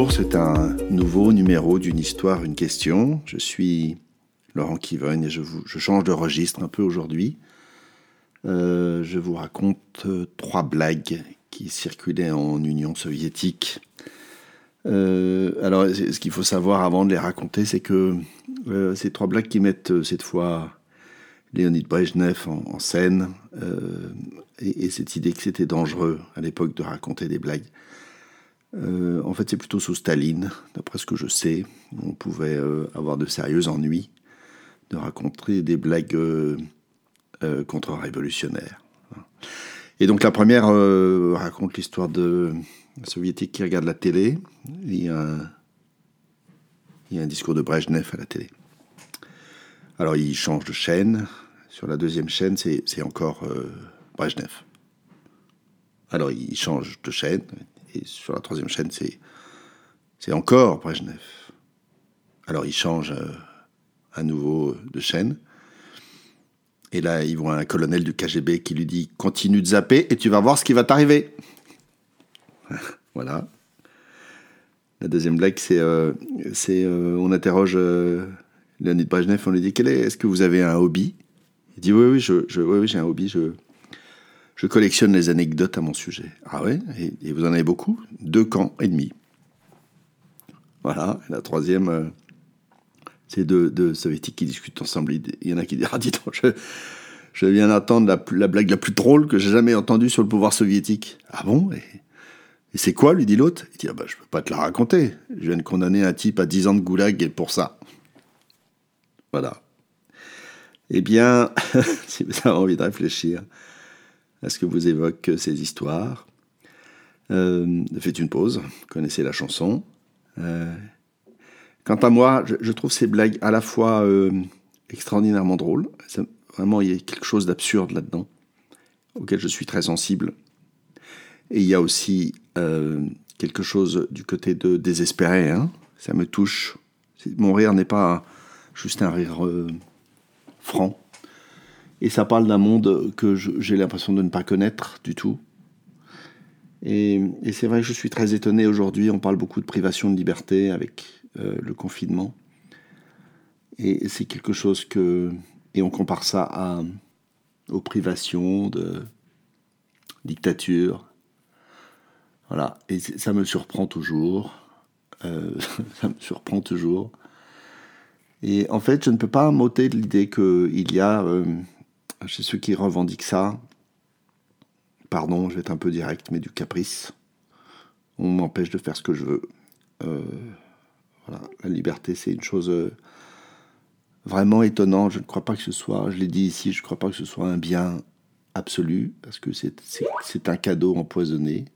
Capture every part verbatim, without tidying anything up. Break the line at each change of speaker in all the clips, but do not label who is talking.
Bonjour, c'est un nouveau numéro d'une histoire, une question. Je suis Laurent Kivogne et je, vous, je change de registre un peu aujourd'hui. Euh, je vous raconte euh, trois blagues qui circulaient en Union soviétique. Euh, alors, ce qu'il faut savoir avant de les raconter, c'est que euh, ces trois blagues qui mettent euh, cette fois Léonid Brejnev en, en scène, euh, et, et cette idée que c'était dangereux à l'époque de raconter des blagues. Euh, en fait, c'est plutôt sous Staline, d'après ce que je sais. On pouvait euh, avoir de sérieux ennuis de raconter des blagues euh, euh, contre-révolutionnaires. Et donc la première euh, raconte l'histoire de soviétique qui regarde la télé. Il y a un, il y a un discours de Brejnev à la télé. Alors il change de chaîne. Sur la deuxième chaîne, c'est, c'est encore euh, Brejnev. Alors il change de chaîne. Et sur la troisième chaîne, c'est, c'est encore Brejnev. Alors il change euh, à nouveau de chaîne. Et là, ils voient un colonel du K G B qui lui dit « Continue de zapper et tu vas voir ce qui va t'arriver. » Voilà. La deuxième blague, c'est, euh, c'est euh, on interroge euh, Léonid Brejnev, on lui dit Quel est, est-ce que vous avez un hobby ? Il dit oui, oui, je, je, oui, oui, j'ai un hobby, je, je collectionne les anecdotes à mon sujet. Ah ouais ? Et, et vous en avez beaucoup ? Deux camps et demi. Voilà. Et la troisième, euh, c'est deux, deux soviétiques qui discutent ensemble. Il y en a qui disent ah, dis donc, je, je viens d'entendre la, la blague la plus drôle que j'ai jamais entendue sur le pouvoir soviétique. Ah bon ? Et, Et c'est quoi, lui dit l'autre ? Il dit, ah bah, je peux pas te la raconter. Je viens de condamner un type à dix ans de goulag pour ça. Voilà. Eh bien, si vous avez envie de réfléchir à ce que vous évoquent ces histoires, euh, faites une pause, connaissez la chanson. Euh, quant à moi, je, je trouve ces blagues à la fois euh, extraordinairement drôles. Ça, vraiment, il y a quelque chose d'absurde là-dedans, auquel je suis très sensible. Et il y a aussi euh, quelque chose du côté de désespéré. Hein. Ça me touche. Mon rire n'est pas juste un rire euh, franc. Et ça parle d'un monde que je, j'ai l'impression de ne pas connaître du tout. Et, et c'est vrai que je suis très étonné aujourd'hui. On parle beaucoup de privation de liberté avec euh, le confinement. Et c'est quelque chose que... Et on compare ça à, aux privations de dictature. Voilà, et ça me surprend toujours, euh, ça me surprend toujours. Et en fait, je ne peux pas m'ôter de l'idée qu'il y a, euh, chez ceux qui revendiquent ça, pardon, je vais être un peu direct, mais du caprice. On m'empêche de faire ce que je veux. Euh, voilà, la liberté, c'est une chose euh, vraiment étonnante. Je ne crois pas que ce soit, je l'ai dit ici, je ne crois pas que ce soit un bien absolu, parce que c'est, c'est, c'est un cadeau empoisonné.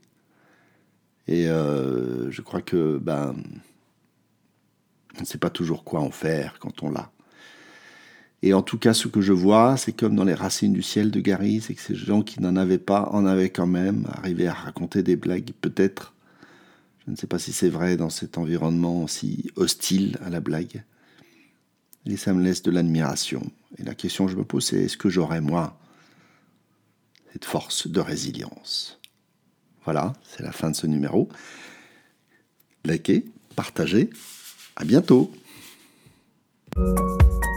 Et euh, je crois que ben, on ne sait pas toujours quoi en faire quand on l'a. Et en tout cas, ce que je vois, c'est comme dans Les Racines du ciel de Gary, c'est que ces gens qui n'en avaient pas en avaient quand même, arrivaient à raconter des blagues, peut-être. Je ne sais pas si c'est vrai dans cet environnement si hostile à la blague. Et ça me laisse de l'admiration. Et la question que je me pose, c'est est-ce que j'aurais, moi, cette force de résilience ? Voilà, c'est la fin de ce numéro. Likez, partagez, à bientôt.